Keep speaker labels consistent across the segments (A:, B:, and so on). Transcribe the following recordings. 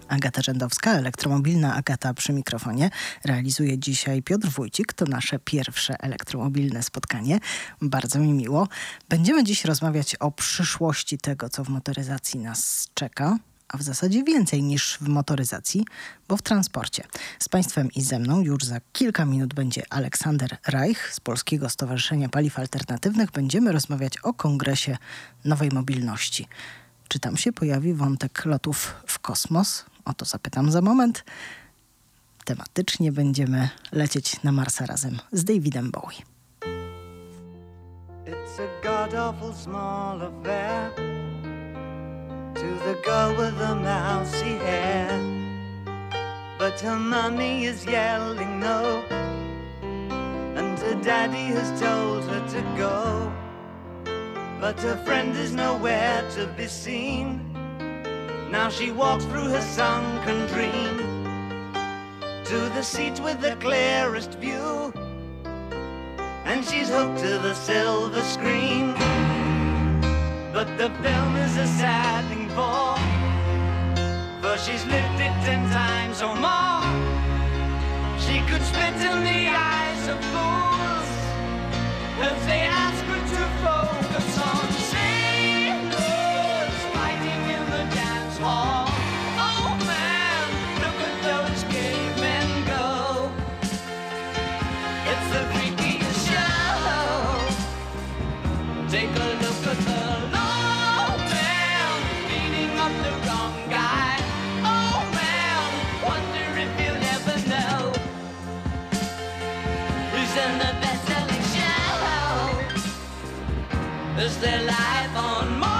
A: Agata Rzędowska, elektromobilna Agata przy mikrofonie. Realizuje dzisiaj Piotr Wójcik. To nasze pierwsze elektromobilne spotkanie. Bardzo mi miło. Będziemy dziś rozmawiać o przyszłości tego, co w motoryzacji nas czeka. A w zasadzie więcej niż w motoryzacji, bo w transporcie. Z Państwem i ze mną już za kilka minut będzie Aleksander Reich z Polskiego Stowarzyszenia Paliw Alternatywnych. Będziemy rozmawiać o Kongresie Nowej Mobilności. Czy tam się pojawi wątek lotów w kosmos? O to zapytam za moment. Tematycznie będziemy lecieć na Marsa razem z Davidem Bowie.
B: It's a god-awful small affair to the girl with the mousy hair, but her mommy is yelling no, and her daddy has told her to go, but her friend is nowhere to be seen. Now she walks through her sunken dream to the seat with the clearest view, and she's hooked to the silver screen. But the film is a sad thing for she's lived it 10 times or more. She could spit in the eyes of fools if they ask her to focus on sailors fighting in the dance hall. Oh man, look at those cavemen go. It's the freakiest show. Take a look at the is their life on Mars?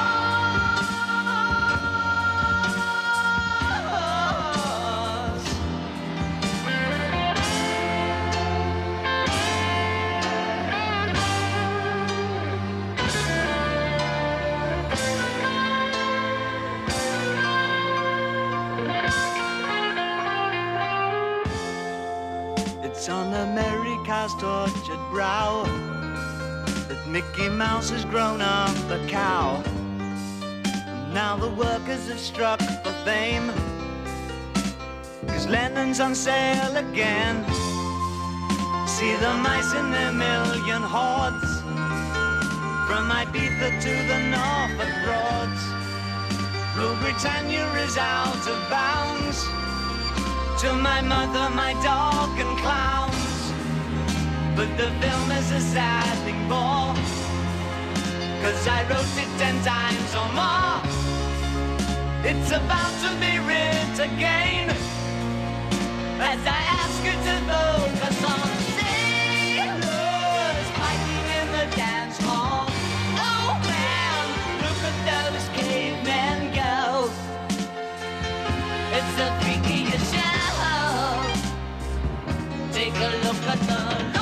B: It's on America's tortured brow that Mickey Mouse has grown up a cow. And now the workers have struck for fame, 'cause Lennon's on sale again. See the mice in their million hordes, from Ibiza to the Norfolk Broads. Rule Britannia is out of bounds, to my mother, my dog and clowns. But the film is a sad thing for, 'cause I wrote it 10 times or more. It's about to be writ again, as I ask you to focus on sailors fighting in the dance hall. Oh man, look at those cavemen go. It's the freakiest show. Take a look at the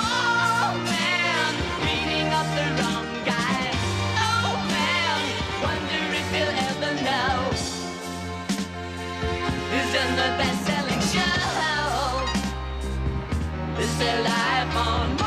B: and the best-selling show is their life on Mars.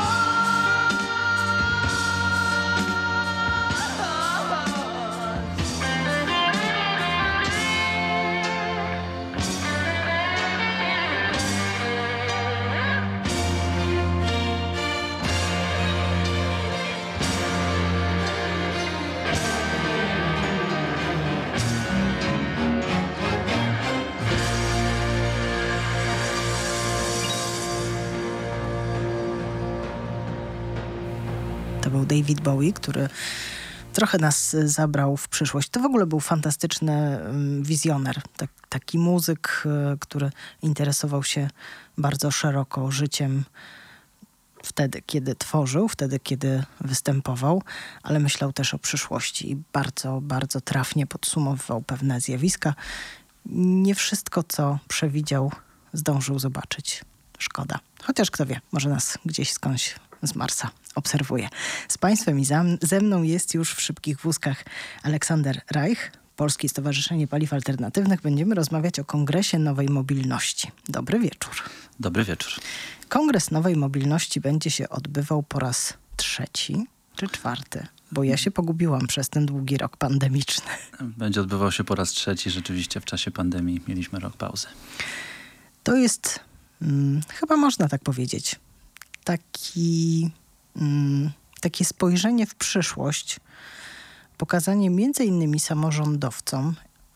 A: To był David Bowie, który trochę nas zabrał w przyszłość. To w ogóle był fantastyczny wizjoner. Taki muzyk, który interesował się bardzo szeroko życiem wtedy, kiedy tworzył, wtedy, kiedy występował, ale myślał też o przyszłości i bardzo, bardzo trafnie podsumowywał pewne zjawiska. Nie wszystko, co przewidział, zdążył zobaczyć. Szkoda. Chociaż kto wie, może nas gdzieś skądś z Marsa obserwuje. Z Państwem i ze mną jest już w szybkich wózkach Aleksander Reich, Polskie Stowarzyszenie Paliw Alternatywnych. Będziemy rozmawiać o Kongresie Nowej Mobilności. Dobry wieczór.
C: Dobry wieczór.
A: Kongres Nowej Mobilności będzie się odbywał po raz 3. czy 4? Bo ja się pogubiłam przez ten długi rok pandemiczny.
C: Będzie odbywał się po raz trzeci. Rzeczywiście w czasie pandemii mieliśmy rok pauzy.
A: To jest, chyba można tak powiedzieć, takie spojrzenie w przyszłość, pokazanie między innymi samorządowcom,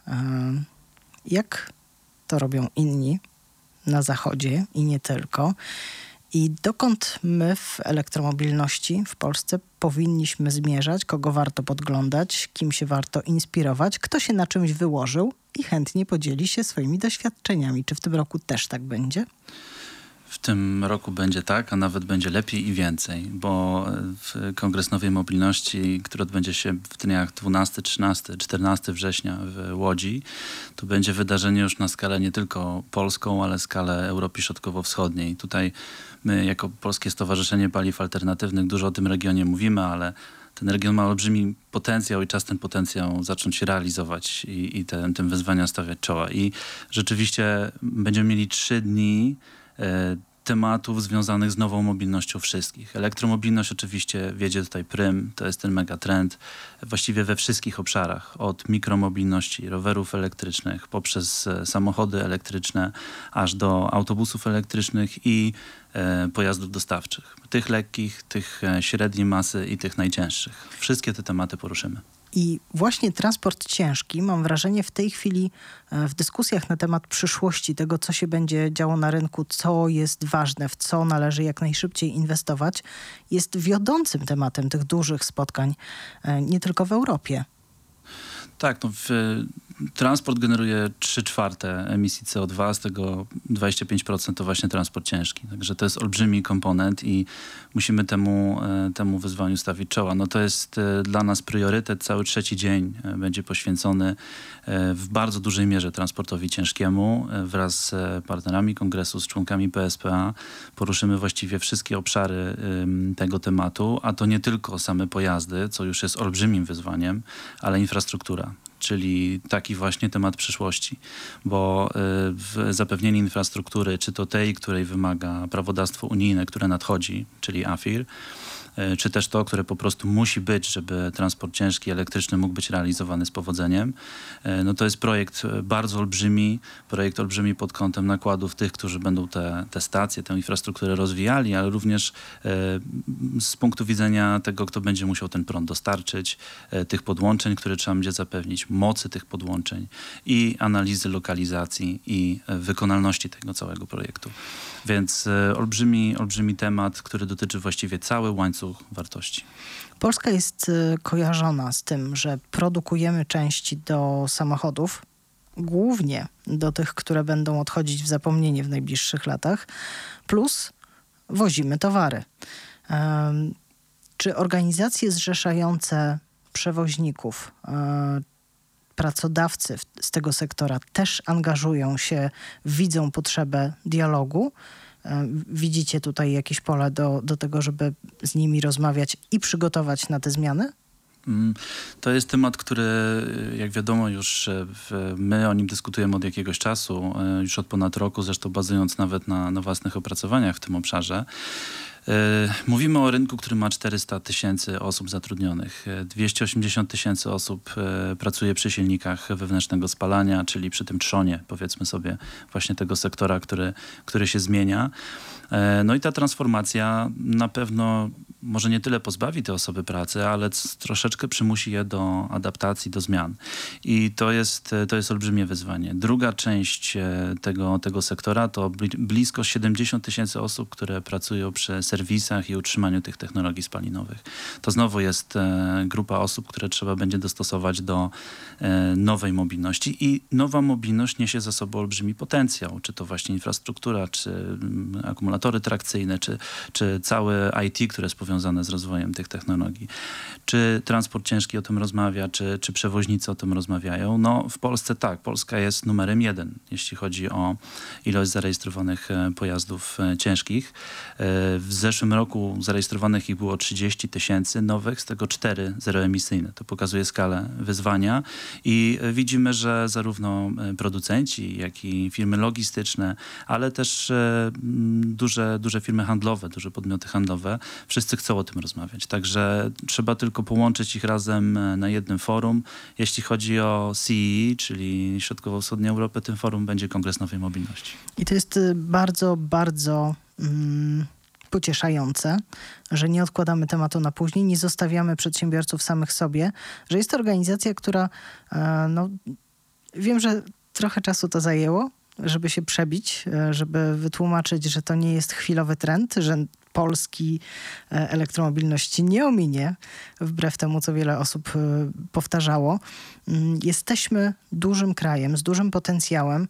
A: jak to robią inni na Zachodzie i nie tylko. I dokąd my w elektromobilności w Polsce powinniśmy zmierzać, kogo warto podglądać, kim się warto inspirować, kto się na czymś wyłożył i chętnie podzieli się swoimi doświadczeniami. Czy w tym roku też tak będzie?
C: W tym roku będzie tak, a nawet będzie lepiej i więcej, bo Kongres Nowej Mobilności, który odbędzie się w dniach 12, 13, 14 września w Łodzi, to będzie wydarzenie już na skalę nie tylko polską, ale skalę Europy Środkowo-Wschodniej. Tutaj my jako Polskie Stowarzyszenie Paliw Alternatywnych dużo o tym regionie mówimy, ale ten region ma olbrzymi potencjał i czas ten potencjał zacząć się realizować i tym wyzwaniom stawiać czoła. I rzeczywiście będziemy mieli 3 dni tematów związanych z nową mobilnością wszystkich. Elektromobilność oczywiście wiedzie tutaj prym, to jest ten megatrend właściwie we wszystkich obszarach, od mikromobilności, rowerów elektrycznych, poprzez samochody elektryczne, aż do autobusów elektrycznych i pojazdów dostawczych. Tych lekkich, tych średniej masy i tych najcięższych. Wszystkie te tematy poruszymy.
A: I właśnie transport ciężki, mam wrażenie, w tej chwili w dyskusjach na temat przyszłości, tego, co się będzie działo na rynku, co jest ważne, w co należy jak najszybciej inwestować, jest wiodącym tematem tych dużych spotkań, nie tylko w Europie.
C: Tak, transport generuje 3/4 emisji CO2, z tego 25% to właśnie transport ciężki. Także to jest olbrzymi komponent i musimy temu wyzwaniu stawić czoła. No to jest dla nas priorytet. Cały 3. dzień będzie poświęcony w bardzo dużej mierze transportowi ciężkiemu. Wraz z partnerami kongresu, z członkami PSPA poruszymy właściwie wszystkie obszary tego tematu, a to nie tylko same pojazdy, co już jest olbrzymim wyzwaniem, ale infrastruktura. Czyli taki właśnie temat przyszłości, bo zapewnienie infrastruktury, czy to tej, której wymaga prawodawstwo unijne, które nadchodzi, czyli AFIR, czy też to, które po prostu musi być, żeby transport ciężki, elektryczny mógł być realizowany z powodzeniem. No to jest projekt bardzo olbrzymi, pod kątem nakładów tych, którzy będą te stacje, tę infrastrukturę rozwijali, ale również z punktu widzenia tego, kto będzie musiał ten prąd dostarczyć, tych podłączeń, które trzeba będzie zapewnić, mocy tych podłączeń i analizy lokalizacji i wykonalności tego całego projektu. Więc olbrzymi temat, który dotyczy właściwie cały łańcuch wartości.
A: Polska jest kojarzona z tym, że produkujemy części do samochodów, głównie do tych, które będą odchodzić w zapomnienie w najbliższych latach, plus wozimy towary. Czy organizacje zrzeszające przewoźników, pracodawcy z tego sektora też angażują się, widzą potrzebę dialogu? Widzicie tutaj jakieś pole do tego, żeby z nimi rozmawiać i przygotować na te zmiany?
C: To jest temat, który, jak wiadomo, już my o nim dyskutujemy od jakiegoś czasu, już od ponad roku, zresztą bazując nawet na własnych opracowaniach w tym obszarze. Mówimy o rynku, który ma 400 000 osób zatrudnionych. 280 000 osób pracuje przy silnikach wewnętrznego spalania, czyli przy tym trzonie, powiedzmy sobie, właśnie tego sektora, który się zmienia. No i ta transformacja na pewno może nie tyle pozbawi te osoby pracy, ale troszeczkę przymusi je do adaptacji, do zmian. I to jest olbrzymie wyzwanie. Druga część tego sektora to blisko 70 000 osób, które pracują przy serwisach i utrzymaniu tych technologii spalinowych. To znowu jest grupa osób, które trzeba będzie dostosować do nowej mobilności i nowa mobilność niesie za sobą olbrzymi potencjał, czy to właśnie infrastruktura, czy akumulatory trakcyjne, czy całe IT, które jest powiązane z rozwojem tych technologii. Czy transport ciężki o tym rozmawia, czy przewoźnicy o tym rozmawiają? No w Polsce tak, Polska jest numerem 1, jeśli chodzi o ilość zarejestrowanych pojazdów ciężkich. W zeszłym roku zarejestrowanych ich było 30 000 nowych, z tego 4 zeroemisyjne. To pokazuje skalę wyzwania i widzimy, że zarówno producenci, jak i firmy logistyczne, ale też duże firmy handlowe, duże podmioty handlowe, wszyscy chcą o tym rozmawiać. Także trzeba tylko połączyć ich razem na jednym forum. Jeśli chodzi o CEE, czyli Środkowo-Wschodnią Europę, tym forum będzie Kongres Nowej Mobilności.
A: I to jest bardzo, bardzo pocieszające, że nie odkładamy tematu na później, nie zostawiamy przedsiębiorców samych sobie, że jest to organizacja, która wiem, że trochę czasu to zajęło, żeby się przebić, żeby wytłumaczyć, że to nie jest chwilowy trend, że Polski elektromobilność nie ominie, wbrew temu, co wiele osób powtarzało. Jesteśmy dużym krajem z dużym potencjałem.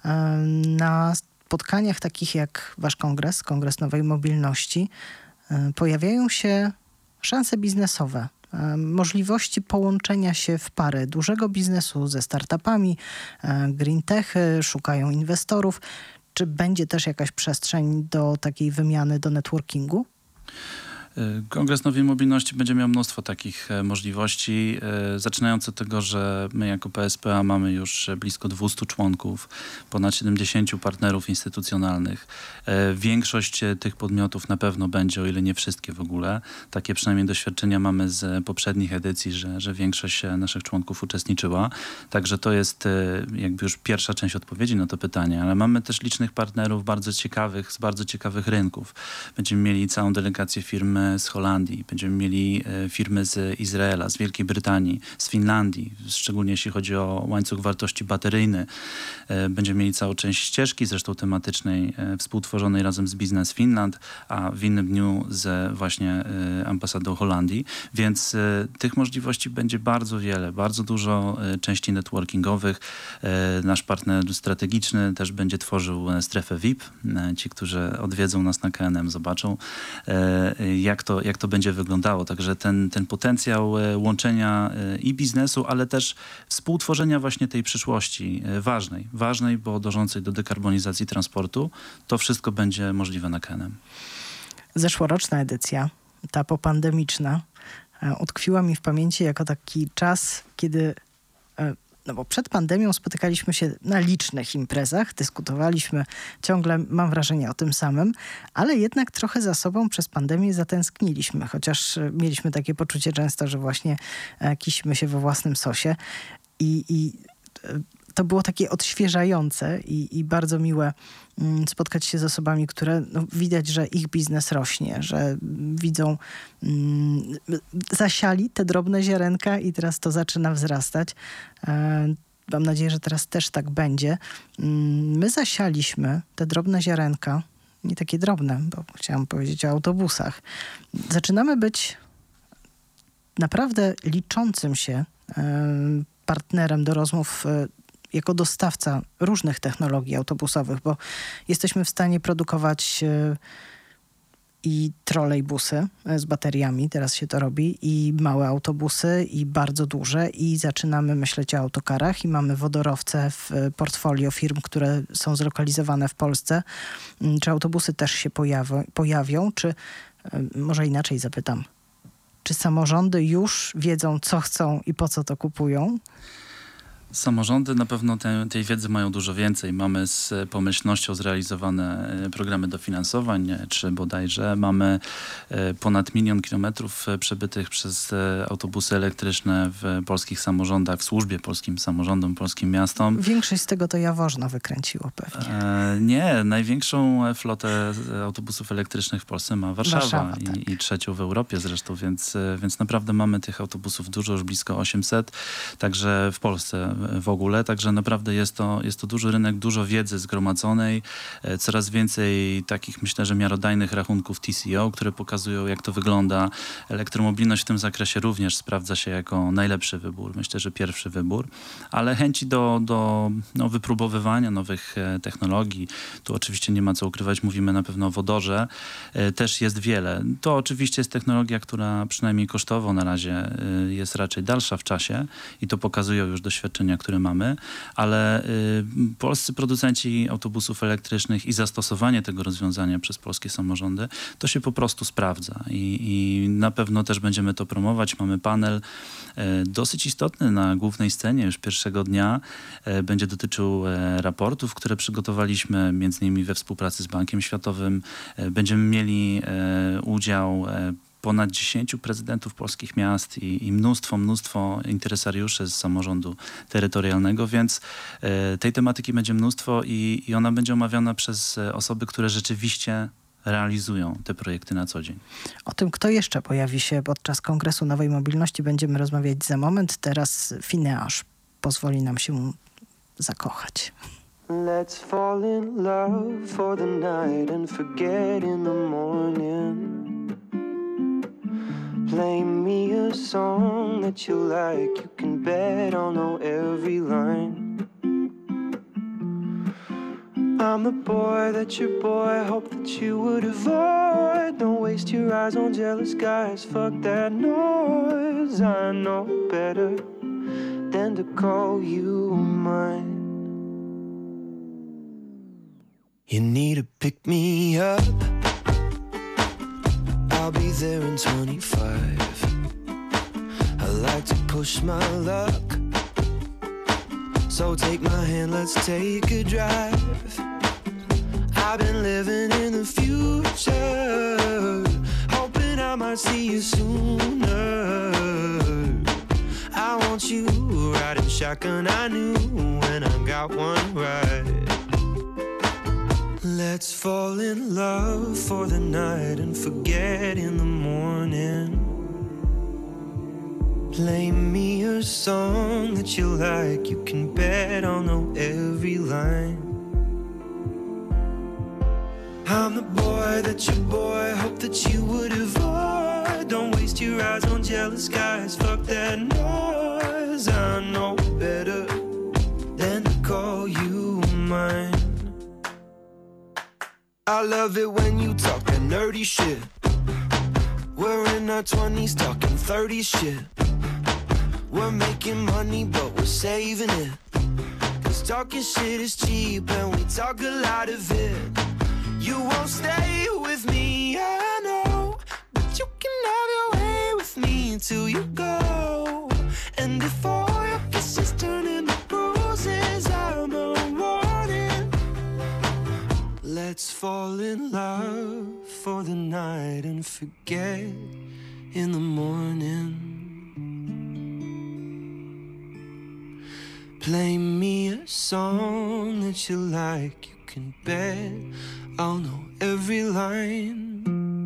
A: Na spotkaniach takich jak wasz kongres, Kongres Nowej Mobilności, pojawiają się szanse biznesowe, możliwości połączenia się w pary dużego biznesu ze startupami, green techy, szukają inwestorów. Czy będzie też jakaś przestrzeń do takiej wymiany, do networkingu?
C: Kongres Nowej Mobilności będzie miał mnóstwo takich możliwości, zaczynając od tego, że my jako PSPA mamy już blisko 200 członków, ponad 70 partnerów instytucjonalnych. Większość tych podmiotów na pewno będzie, o ile nie wszystkie w ogóle. Takie przynajmniej doświadczenia mamy z poprzednich edycji, że większość naszych członków uczestniczyła. Także to jest jakby już pierwsza część odpowiedzi na to pytanie, ale mamy też licznych partnerów z bardzo ciekawych rynków. Będziemy mieli całą delegację firm z Holandii, będziemy mieli firmy z Izraela, z Wielkiej Brytanii, z Finlandii, szczególnie jeśli chodzi o łańcuch wartości bateryjny. Będziemy mieli całą część ścieżki, zresztą tematycznej, współtworzonej razem z Business Finland, a w innym dniu z właśnie ambasadą Holandii. Więc tych możliwości będzie bardzo wiele, bardzo dużo części networkingowych. Nasz partner strategiczny też będzie tworzył strefę VIP. Ci, którzy odwiedzą nas na KNM, zobaczą, jak to będzie wyglądało. Także ten potencjał łączenia i biznesu, ale też współtworzenia właśnie tej przyszłości ważnej, bo dążącej do dekarbonizacji transportu, to wszystko będzie możliwe na KNM.
A: Zeszłoroczna edycja, ta popandemiczna, utkwiła mi w pamięci jako taki czas, kiedy bo przed pandemią spotykaliśmy się na licznych imprezach, dyskutowaliśmy ciągle, mam wrażenie, o tym samym, ale jednak trochę za sobą przez pandemię zatęskniliśmy, chociaż mieliśmy takie poczucie często, że właśnie kisimy się we własnym sosie i to było takie odświeżające i bardzo miłe spotkać się z osobami, które widać, że ich biznes rośnie, że widzą, zasiali te drobne ziarenka i teraz to zaczyna wzrastać. Mam nadzieję, że teraz też tak będzie. My zasialiśmy te drobne ziarenka, nie takie drobne, bo chciałam powiedzieć o autobusach. Zaczynamy być naprawdę liczącym się partnerem do rozmów jako dostawca różnych technologii autobusowych, bo jesteśmy w stanie produkować i trolejbusy z bateriami, teraz się to robi, i małe autobusy, i bardzo duże, i zaczynamy myśleć o autokarach, i mamy wodorowce w portfolio firm, które są zlokalizowane w Polsce. Czy autobusy też się pojawią, czy może inaczej zapytam, czy samorządy już wiedzą, co chcą i po co to kupują?
C: Samorządy na pewno tej wiedzy mają dużo więcej. Mamy z pomyślnością zrealizowane programy dofinansowań, czy bodajże mamy ponad 1 000 000 kilometrów przebytych przez autobusy elektryczne w polskich samorządach, w służbie polskim samorządom, polskim miastom.
A: Większość z tego to Jaworzno wykręciło pewnie.
C: Nie, największą flotę autobusów elektrycznych w Polsce ma Warszawa tak. i trzecią w Europie zresztą, więc naprawdę mamy tych autobusów dużo, już blisko 800, także w Polsce w ogóle, także naprawdę jest to duży rynek, dużo wiedzy zgromadzonej, coraz więcej takich, myślę, że miarodajnych rachunków TCO, które pokazują, jak to wygląda. Elektromobilność w tym zakresie również sprawdza się jako najlepszy wybór, myślę, że pierwszy wybór, ale chęci do wypróbowywania nowych technologii, tu oczywiście nie ma co ukrywać, mówimy na pewno o wodorze, też jest wiele. To oczywiście jest technologia, która przynajmniej kosztowo na razie jest raczej dalsza w czasie i to pokazują już doświadczenia doświadczenia, które mamy, ale polscy producenci autobusów elektrycznych i zastosowanie tego rozwiązania przez polskie samorządy, to się po prostu sprawdza i na pewno też będziemy to promować. Mamy panel dosyć istotny na głównej scenie już pierwszego dnia. Będzie dotyczył raportów, które przygotowaliśmy, między innymi we współpracy z Bankiem Światowym. Będziemy mieli udział ponad 10 prezydentów polskich miast i mnóstwo interesariuszy z samorządu terytorialnego, więc tej tematyki będzie mnóstwo i ona będzie omawiana przez osoby, które rzeczywiście realizują te projekty na co dzień.
A: O tym, kto jeszcze pojawi się podczas Kongresu Nowej Mobilności, będziemy rozmawiać za moment. Teraz Phineasz pozwoli nam się zakochać.
D: Let's fall in love for the night and forget in the morning. Play me a song that you like, you can bet I'll know every line. I'm the boy that your boy hoped that you would avoid. Don't waste your eyes on jealous guys, fuck that noise. I know better than to call you mine. You need to pick me up, I'll be there in 25. I like to push my luck, so take my hand, let's take a drive. I've been living in the future, hoping I might see you sooner. I want you riding shotgun, I knew when I got one right. Let's fall in love for the night and forget in the morning. Play me a song that you like, you can bet I'll know every line. I'm the boy that your boy hoped that you would avoid. Don't waste your eyes on jealous guys, fuck that noise. I know better than to call you mine. I love it when you talk that nerdy shit. We're in our 20s talking 30s shit. We're making money but we're saving it, 'cause talking shit is cheap and we talk a lot of it. You won't stay with me, I know, but you can have your way with me until you go. And if all your kisses turn into bruises, I'm a warning. Let's fall in love for the night and forget in the morning. Play me a song that you like, you can bet I'll know every line.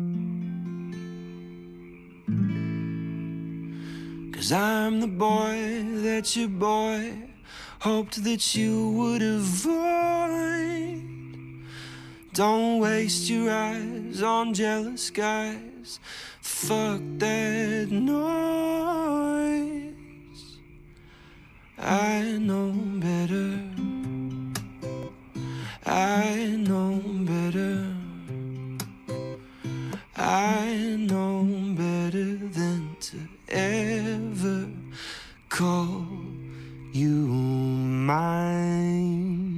D: 'Cause I'm the boy that your boy hoped that you would avoid. Don't waste your eyes on jealous guys, fuck that noise. I know better, I know better, I know better than to ever call you mine.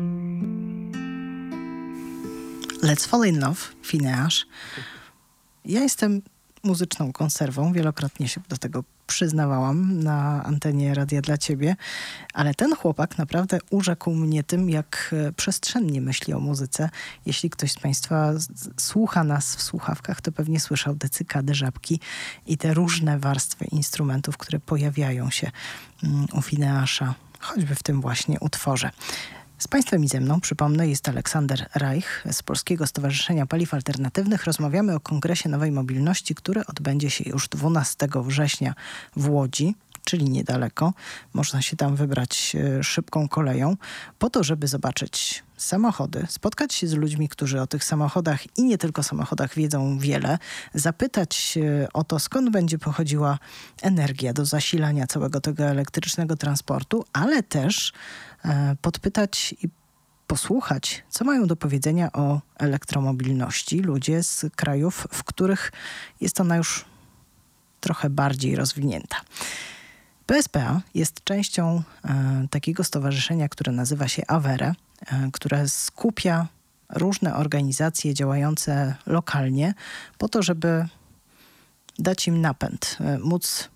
A: Let's Fall in Love, Phineasz. Ja jestem muzyczną konserwą, wielokrotnie się do tego przyznawałam na antenie Radia dla Ciebie, ale ten chłopak naprawdę urzekł mnie tym, jak przestrzennie myśli o muzyce. Jeśli ktoś z Państwa słucha nas w słuchawkach, to pewnie słyszał te cykady, żabki i te różne warstwy instrumentów, które pojawiają się u Phineasza, choćby w tym właśnie utworze. Z Państwem i ze mną, przypomnę, jest Aleksander Reich z Polskiego Stowarzyszenia Paliw Alternatywnych. Rozmawiamy o Kongresie Nowej Mobilności, który odbędzie się już 12 września w Łodzi, czyli niedaleko. Można się tam wybrać szybką koleją po to, żeby zobaczyć samochody, spotkać się z ludźmi, którzy o tych samochodach i nie tylko samochodach wiedzą wiele, zapytać o to, skąd będzie pochodziła energia do zasilania całego tego elektrycznego transportu, ale też podpytać i posłuchać, co mają do powiedzenia o elektromobilności ludzie z krajów, w których jest ona już trochę bardziej rozwinięta. PSPA jest częścią takiego stowarzyszenia, które nazywa się AWERE, które skupia różne organizacje działające lokalnie po to, żeby dać im napęd, móc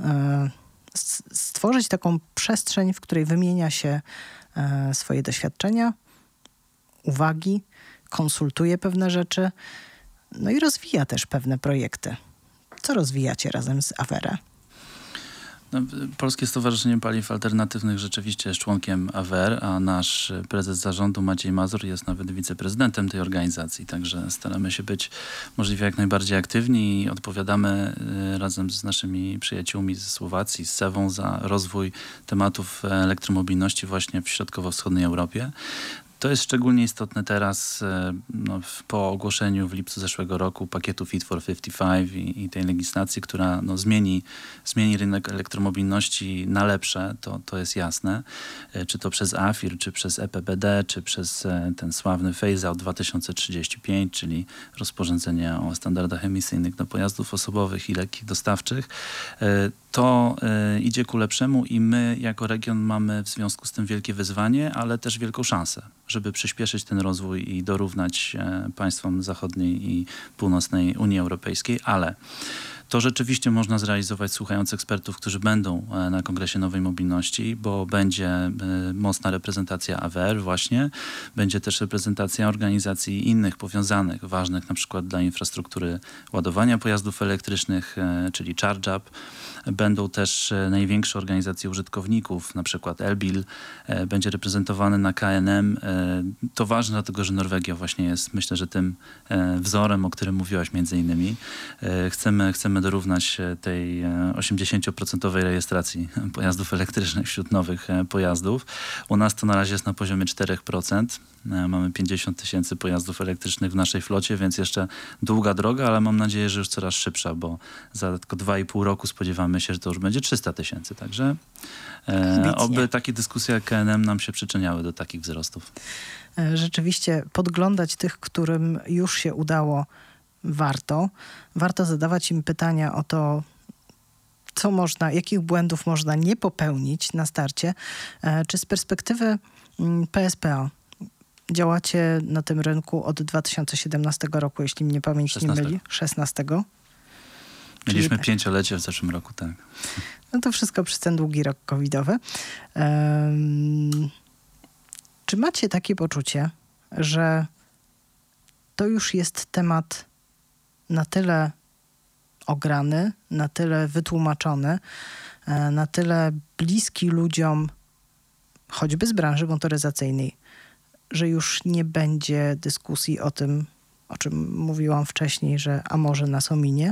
A: stworzyć taką przestrzeń, w której wymienia się swoje doświadczenia, uwagi, konsultuje pewne rzeczy, no i rozwija też pewne projekty. Co rozwijacie razem z AWERE?
C: No, Polskie Stowarzyszenie Paliw Alternatywnych rzeczywiście jest członkiem AWER, a nasz prezes zarządu Maciej Mazur jest nawet wiceprezydentem tej organizacji. Także staramy się być możliwie jak najbardziej aktywni i odpowiadamy razem z naszymi przyjaciółmi ze Słowacji, z SEWą za rozwój tematów elektromobilności właśnie w środkowo-wschodniej Europie. To jest szczególnie istotne teraz po ogłoszeniu w lipcu zeszłego roku pakietu Fit for 55 i tej legislacji, która zmieni rynek elektromobilności na lepsze, to jest jasne. Czy to przez AFIR, czy przez EPBD, czy przez ten sławny phase-out 2035, czyli rozporządzenie o standardach emisyjnych do pojazdów osobowych i lekkich dostawczych. To idzie ku lepszemu i my jako region mamy w związku z tym wielkie wyzwanie, ale też wielką szansę, żeby przyspieszyć ten rozwój i dorównać państwom zachodniej i północnej Unii Europejskiej, ale to rzeczywiście można zrealizować słuchając ekspertów, którzy będą na Kongresie Nowej Mobilności, bo będzie mocna reprezentacja AWER właśnie, będzie też reprezentacja organizacji innych powiązanych, ważnych na przykład dla infrastruktury ładowania pojazdów elektrycznych, czyli ChargeUp. Będą też największe organizacje użytkowników, na przykład Elbil, będzie reprezentowany na KNM. To ważne, dlatego że Norwegia właśnie jest, myślę, że tym wzorem, o którym mówiłaś między innymi. Chcemy dorównać tej 80% rejestracji pojazdów elektrycznych wśród nowych pojazdów. U nas to na razie jest na poziomie 4%. Mamy 50 000 pojazdów elektrycznych w naszej flocie, więc jeszcze długa droga, ale mam nadzieję, że już coraz szybsza, bo za tylko 2,5 roku spodziewamy się, że to już będzie 300 000. Także oby takie dyskusje jak KNM nam się przyczyniały do takich wzrostów.
A: Rzeczywiście podglądać tych, którym już się udało, warto. Warto zadawać im pytania o to, co można, jakich błędów można nie popełnić na starcie. Czy z perspektywy PSPA działacie na tym rynku od 2017 roku, jeśli mnie pamięć nie myli? 16.
C: Mieliśmy 5-lecie w zeszłym roku, tak.
A: No to wszystko przez ten długi rok covidowy. Czy macie takie poczucie, że to już jest temat na tyle ograny, na tyle wytłumaczony, na tyle bliski ludziom, choćby z branży motoryzacyjnej, że już nie będzie dyskusji o tym, o czym mówiłam wcześniej, że a może nas ominie?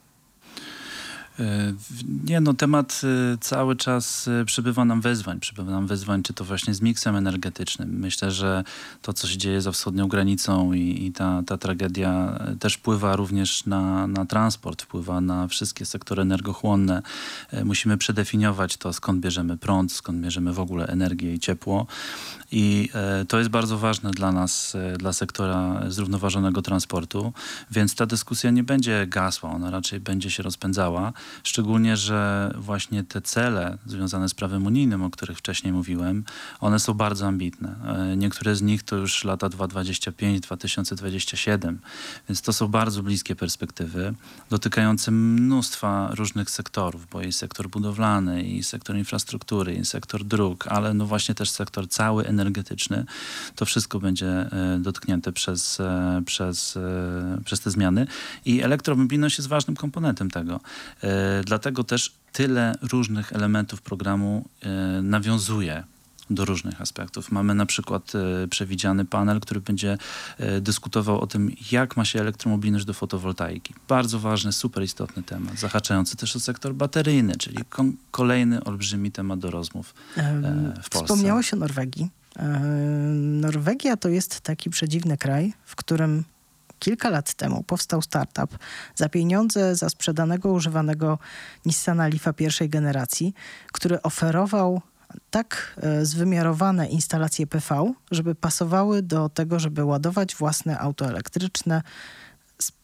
C: Nie, temat cały czas przybywa nam wyzwań, czy to właśnie z miksem energetycznym. Myślę, że to, co się dzieje za wschodnią granicą i ta tragedia też wpływa również na transport, wpływa na wszystkie sektory energochłonne. Musimy przedefiniować to, skąd bierzemy prąd, skąd bierzemy w ogóle energię i ciepło. I to jest bardzo ważne dla nas, dla sektora zrównoważonego transportu, więc ta dyskusja nie będzie gasła, ona raczej będzie się rozpędzała. Szczególnie, że właśnie te cele związane z prawem unijnym, o których wcześniej mówiłem, one są bardzo ambitne. Niektóre z nich to już lata 2025-2027, więc to są bardzo bliskie perspektywy, dotykające mnóstwa różnych sektorów, bo jest sektor budowlany, i sektor infrastruktury, i sektor dróg, ale właśnie też sektor cały energetyczny. To wszystko będzie dotknięte przez te zmiany i elektromobilność jest ważnym komponentem tego. Dlatego też tyle różnych elementów programu nawiązuje do różnych aspektów. Mamy na przykład przewidziany panel, który będzie dyskutował o tym, jak ma się elektromobilność do fotowoltaiki. Bardzo ważny, super istotny temat, zahaczający też o sektor bateryjny, czyli kolejny olbrzymi temat do rozmów w Polsce.
A: Wspomniałeś o Norwegii. Norwegia to jest taki przedziwny kraj, w którym kilka lat temu powstał startup za pieniądze za sprzedanego, używanego Nissana Leafa pierwszej generacji, który oferował tak zwymiarowane instalacje PV, żeby pasowały do tego, żeby ładować własne auto elektryczne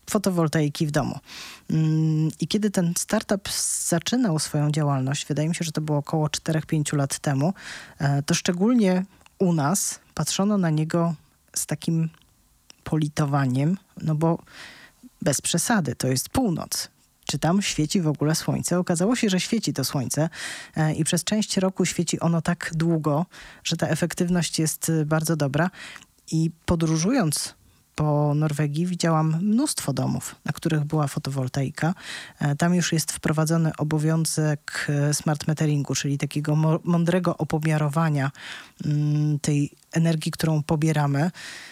A: fotowoltaiki w domu. I kiedy ten startup zaczynał swoją działalność, wydaje mi się, że to było około 4-5 lat temu, to szczególnie u nas patrzono na niego z takim politowaniem, no bo bez przesady, to jest północ. Czy tam świeci w ogóle słońce? Okazało się, że świeci to słońce i przez część roku świeci ono tak długo, że ta efektywność jest bardzo dobra. I podróżując po Norwegii widziałam mnóstwo domów, na których była fotowoltaika. Tam już jest wprowadzony obowiązek smart meteringu, czyli takiego mądrego opomiarowania tej energii, którą pobieramy.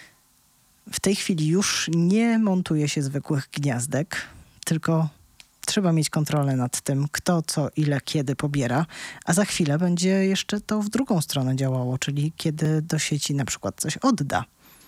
A: W tej chwili już nie montuje się zwykłych gniazdek, tylko trzeba mieć kontrolę nad tym, kto, co, ile, kiedy pobiera, a za chwilę będzie jeszcze to w drugą stronę działało, czyli kiedy do sieci na przykład coś odda.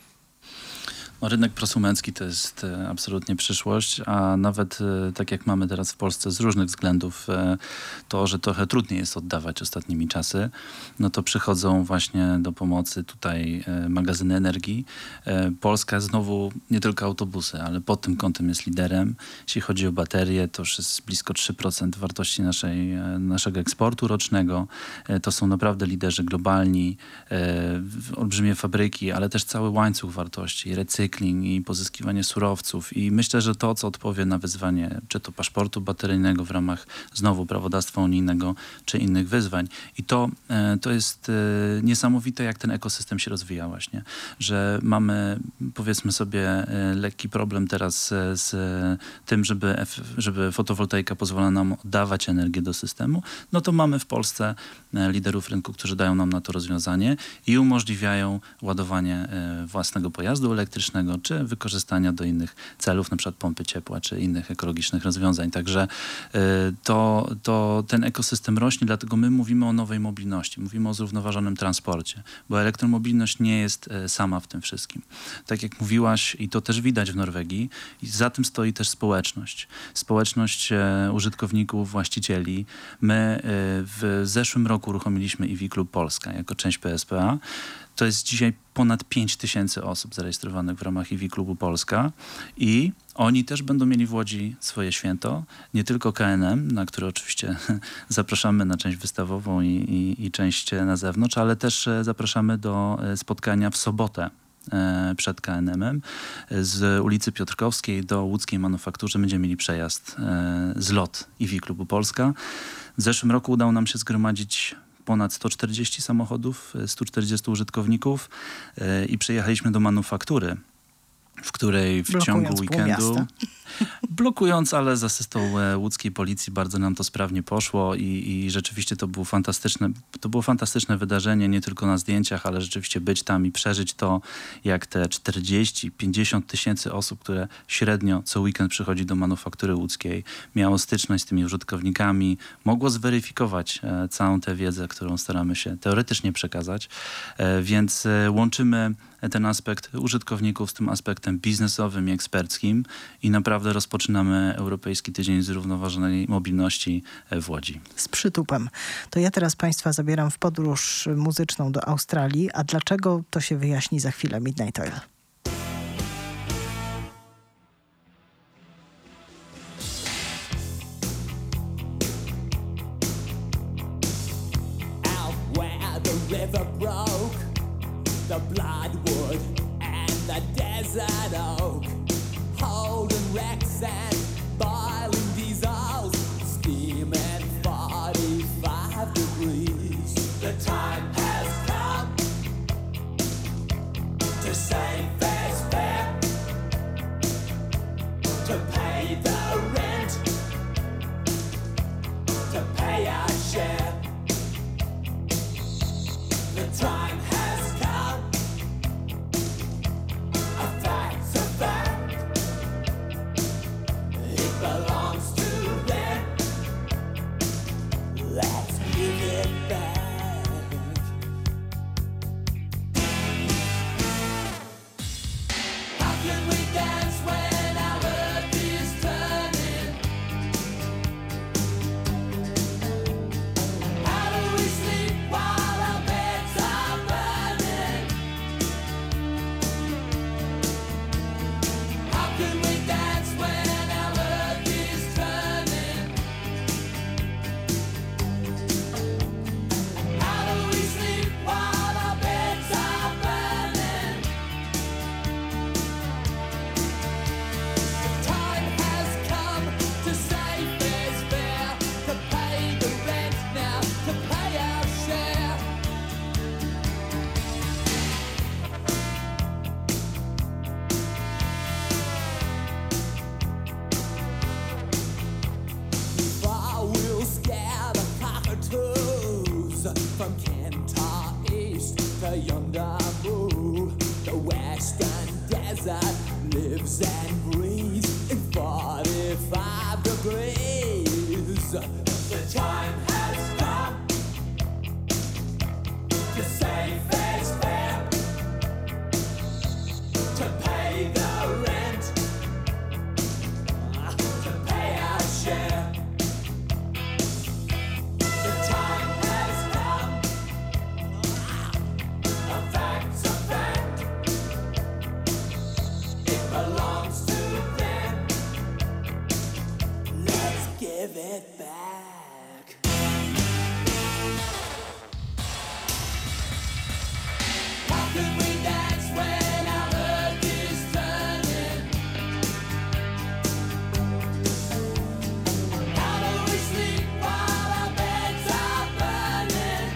C: No, rynek prosumencki to jest absolutnie przyszłość, a nawet tak jak mamy teraz w Polsce z różnych względów to, że trochę trudniej jest oddawać ostatnimi czasy, no to przychodzą właśnie do pomocy tutaj magazyny energii. Polska znowu nie tylko autobusy, ale pod tym kątem jest liderem. Jeśli chodzi o baterie, to już jest blisko 3% wartości naszego eksportu rocznego. To są naprawdę liderzy globalni, olbrzymie fabryki, ale też cały łańcuch wartości, recykling i pozyskiwanie surowców. I myślę, że to, co odpowie na wyzwanie, czy to paszportu bateryjnego w ramach znowu prawodawstwa unijnego, czy innych wyzwań. I to jest niesamowite, jak ten ekosystem się rozwija właśnie. Że mamy, powiedzmy sobie, lekki problem teraz z tym, żeby fotowoltaika pozwala nam oddawać energię do systemu. No to mamy w Polsce liderów rynku, którzy dają nam na to rozwiązanie i umożliwiają ładowanie własnego pojazdu elektrycznego, czy wykorzystania do innych celów, na przykład pompy ciepła, czy innych ekologicznych rozwiązań. Także ten ekosystem rośnie, dlatego my mówimy o nowej mobilności, mówimy o zrównoważonym transporcie, bo elektromobilność nie jest sama w tym wszystkim. Tak jak mówiłaś, i to też widać w Norwegii, i za tym stoi też społeczność. Społeczność użytkowników, właścicieli. My w zeszłym roku uruchomiliśmy EV Klub Polska jako część PSPA. To jest dzisiaj ponad 5000 osób zarejestrowanych w ramach EV Klubu Polska i oni też będą mieli w Łodzi swoje święto, nie tylko KNM, na które oczywiście zapraszamy na część wystawową i część na zewnątrz, ale też zapraszamy do spotkania w sobotę przed KNM-em z ulicy Piotrkowskiej do łódzkiej manufaktury. Będziemy mieli przejazd, zlot EV Klubu Polska. W zeszłym roku udało nam się zgromadzić ponad 140 samochodów, 140 użytkowników i przyjechaliśmy do manufaktury, w której w ciągu weekendu, blokując, ale z asystą łódzkiej policji bardzo nam to sprawnie poszło i rzeczywiście to było fantastyczne wydarzenie, nie tylko na zdjęciach, ale rzeczywiście być tam i przeżyć to, jak te 40-50 tysięcy osób, które średnio co weekend przychodzi do manufaktury łódzkiej, miało styczność z tymi użytkownikami, mogło zweryfikować całą tę wiedzę, którą staramy się teoretycznie przekazać, więc łączymy ten aspekt użytkowników z tym aspektem biznesowym i eksperckim i naprawdę rozpoczynamy Europejski Tydzień Zrównoważonej Mobilności w Łodzi.
A: Z przytupem. To ja teraz Państwa zabieram w podróż muzyczną do Australii, a dlaczego to się wyjaśni za chwilę. Midnight Oil.
E: Out where the river broke, the bloodwood and the desert oak, holding wrecks and boiling diesels, steaming 45 degrees. The time has come to save fair's fair, to pay the rent, to pay our share. The time has come. A fact's a fact. It belongs to them. Let's give it back. wasteland desert lives and breathes in 45 degrees. The time has come to say fair's fair, to pay the rent, to pay our share. The time has come, a fact's a fact. It belongs to them. Let's give it back. How can we dance when our earth is turning? How do we sleep while our beds are burning?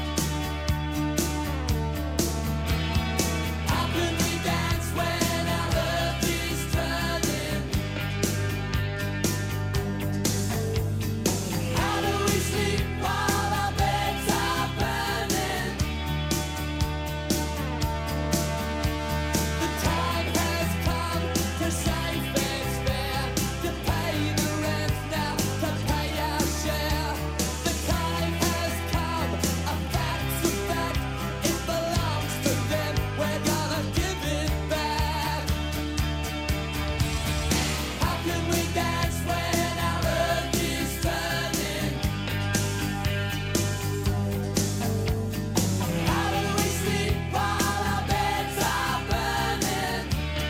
E: How can we dance when our earth is turning? How do we sleep while our beds are burning? The time has come to say fair's fair, to pay the rent now, to pay our share. The time has come, a fact's a fact. It belongs to them, we're gonna give it back. How can we dance when our earth is turning? How do we sleep while our beds are burning?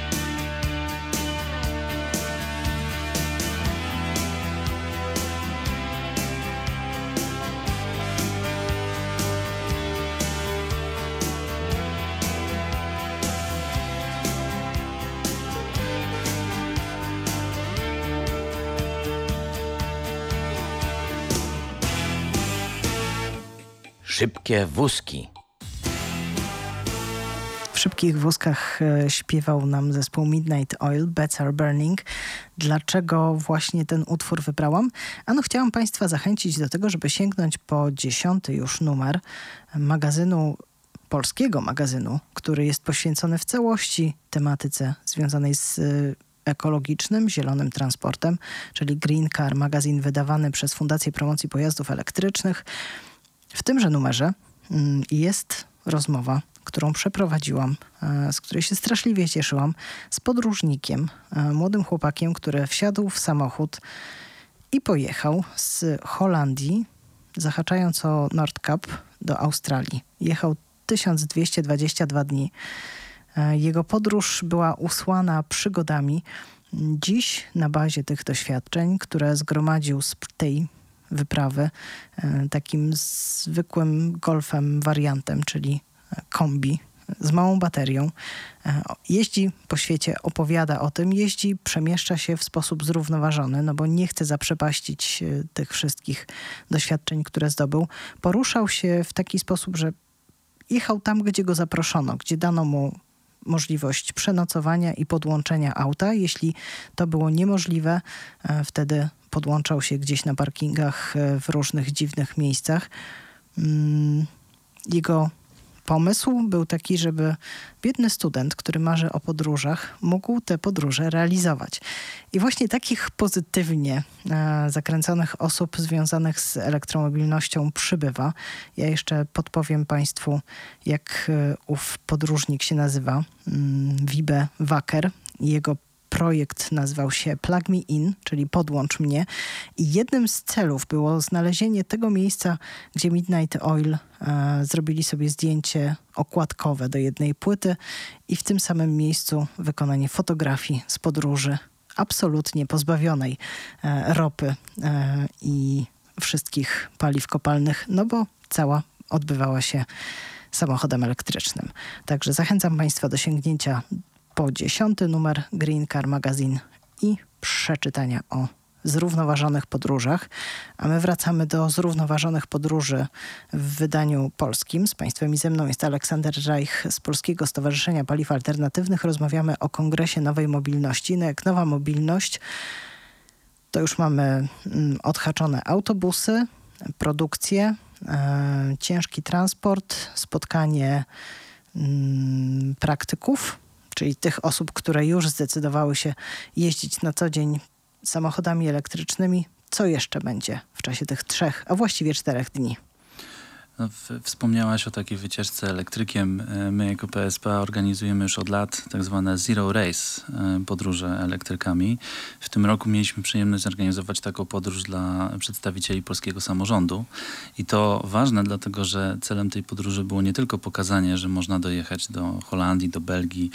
F: Szybkie wózki.
A: W szybkich wózkach śpiewał nam zespół Midnight Oil, Beds Are Burning. Dlaczego właśnie ten utwór wybrałam? Ano, chciałam Państwa zachęcić do tego, żeby sięgnąć po 10. już numer magazynu, polskiego magazynu, który jest poświęcony w całości tematyce związanej z ekologicznym, zielonym transportem, czyli Green Car, magazyn wydawany przez Fundację Promocji Pojazdów Elektrycznych. W tymże numerze jest rozmowa, którą przeprowadziłam, z której się straszliwie cieszyłam, z podróżnikiem, młodym chłopakiem, który wsiadł w samochód i pojechał z Holandii, zahaczając o Noordkap, do Australii. Jechał 1222 dni. Jego podróż była usłana przygodami. Dziś na bazie tych doświadczeń, które zgromadził z tej wyprawy, takim zwykłym golfem wariantem, czyli kombi z małą baterią, jeździ po świecie, opowiada o tym, jeździ, przemieszcza się w sposób zrównoważony, no bo nie chce zaprzepaścić tych wszystkich doświadczeń, które zdobył. Poruszał się w taki sposób, że jechał tam, gdzie go zaproszono, gdzie dano mu możliwość przenocowania i podłączenia auta. Jeśli to było niemożliwe, wtedy podłączał się gdzieś na parkingach w różnych dziwnych miejscach. Jego pomysł był taki, żeby biedny student, który marzy o podróżach, mógł te podróże realizować. I właśnie takich pozytywnie zakręconych osób związanych z elektromobilnością przybywa. Ja jeszcze podpowiem Państwu, jak ów podróżnik się nazywa. Wibe Wacker. Jego projekt nazywał się Plug Me In, czyli podłącz mnie. I jednym z celów było znalezienie tego miejsca, gdzie Midnight Oil zrobili sobie zdjęcie okładkowe do jednej płyty i w tym samym miejscu wykonanie fotografii z podróży absolutnie pozbawionej ropy i wszystkich paliw kopalnych, no bo cała odbywała się samochodem elektrycznym. Także zachęcam Państwa do sięgnięcia po 10. numer Green Car Magazine i przeczytania o zrównoważonych podróżach. A my wracamy do zrównoważonych podróży w wydaniu polskim. Z Państwem i ze mną jest Aleksander Reich z Polskiego Stowarzyszenia Paliw Alternatywnych. Rozmawiamy o Kongresie Nowej Mobilności. No jak nowa mobilność, to już mamy odhaczone autobusy, produkcję, ciężki transport, spotkanie praktyków czyli tych osób, które już zdecydowały się jeździć na co dzień samochodami elektrycznymi, co jeszcze będzie w czasie tych 3, a właściwie 4 dni?
C: No, wspomniałaś o takiej wycieczce elektrykiem. My jako PSPA organizujemy już od lat tak zwane Zero Race podróże elektrykami. W tym roku mieliśmy przyjemność zorganizować taką podróż dla przedstawicieli polskiego samorządu. I to ważne, dlatego że celem tej podróży było nie tylko pokazanie, że można dojechać do Holandii, do Belgii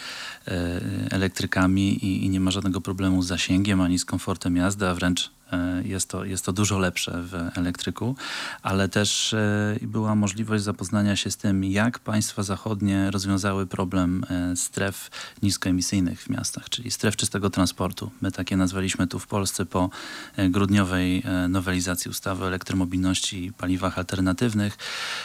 C: elektrykami i nie ma żadnego problemu z zasięgiem ani z komfortem jazdy, a wręcz jest to dużo lepsze w elektryku, ale też była możliwość zapoznania się z tym, jak państwa zachodnie rozwiązały problem stref niskoemisyjnych w miastach, czyli stref czystego transportu. My takie nazwaliśmy tu w Polsce po grudniowej nowelizacji ustawy o elektromobilności i paliwach alternatywnych.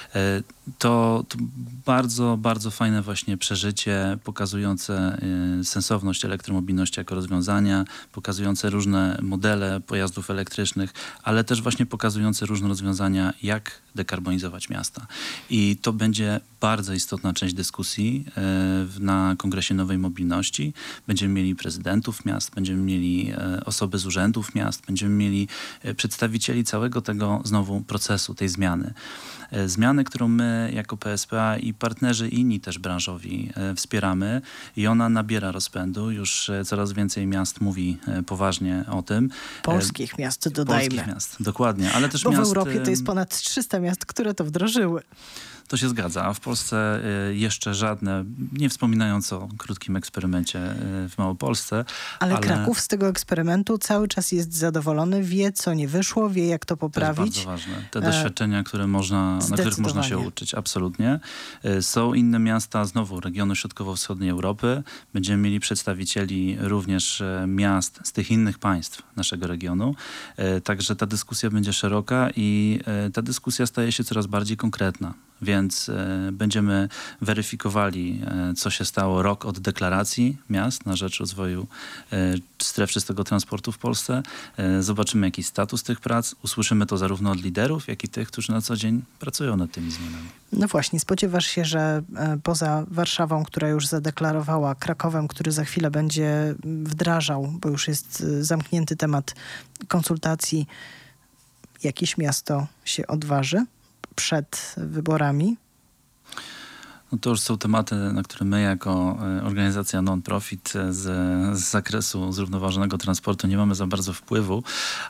C: To bardzo, bardzo fajne właśnie przeżycie pokazujące sensowność elektromobilności jako rozwiązania, pokazujące różne modele pojazdów elektrycznych, ale też właśnie pokazujące różne rozwiązania, jak dekarbonizować miasta. I to będzie bardzo istotna część dyskusji na Kongresie Nowej Mobilności. Będziemy mieli prezydentów miast, będziemy mieli osoby z urzędów miast, będziemy mieli przedstawicieli całego tego znowu procesu, tej zmiany. Zmiany, którą my jako PSPA i partnerzy inni też branżowi wspieramy i ona nabiera rozpędu. Już coraz więcej miast mówi poważnie o tym.
A: Polskich miast, dodajmy.
C: Polskich miast, dokładnie. Ale też
A: Bo
C: miast,
A: w Europie to jest ponad 300 miast, które to wdrożyły.
C: To się zgadza, a w Polsce jeszcze żadne, nie wspominając o krótkim eksperymencie w Małopolsce.
A: Ale Kraków z tego eksperymentu cały czas jest zadowolony, wie co nie wyszło, wie jak to poprawić.
C: To jest bardzo ważne. Te doświadczenia, na których można się uczyć, absolutnie. Są inne miasta, znowu regionu środkowo-wschodniej Europy. Będziemy mieli przedstawicieli również miast z tych innych państw naszego regionu. Także ta dyskusja będzie szeroka i ta dyskusja staje się coraz bardziej konkretna. Więc będziemy weryfikowali, co się stało rok od deklaracji miast na rzecz rozwoju stref czystego transportu w Polsce. Zobaczymy, jaki status tych prac. Usłyszymy to zarówno od liderów, jak i tych, którzy na co dzień pracują nad tymi zmianami.
A: No właśnie, spodziewasz się, że poza Warszawą, która już zadeklarowała, Krakowem, który za chwilę będzie wdrażał, bo już jest zamknięty temat konsultacji, jakieś miasto się odważy przed wyborami?
C: No to już są tematy, na które my jako organizacja non-profit z zakresu zrównoważonego transportu nie mamy za bardzo wpływu,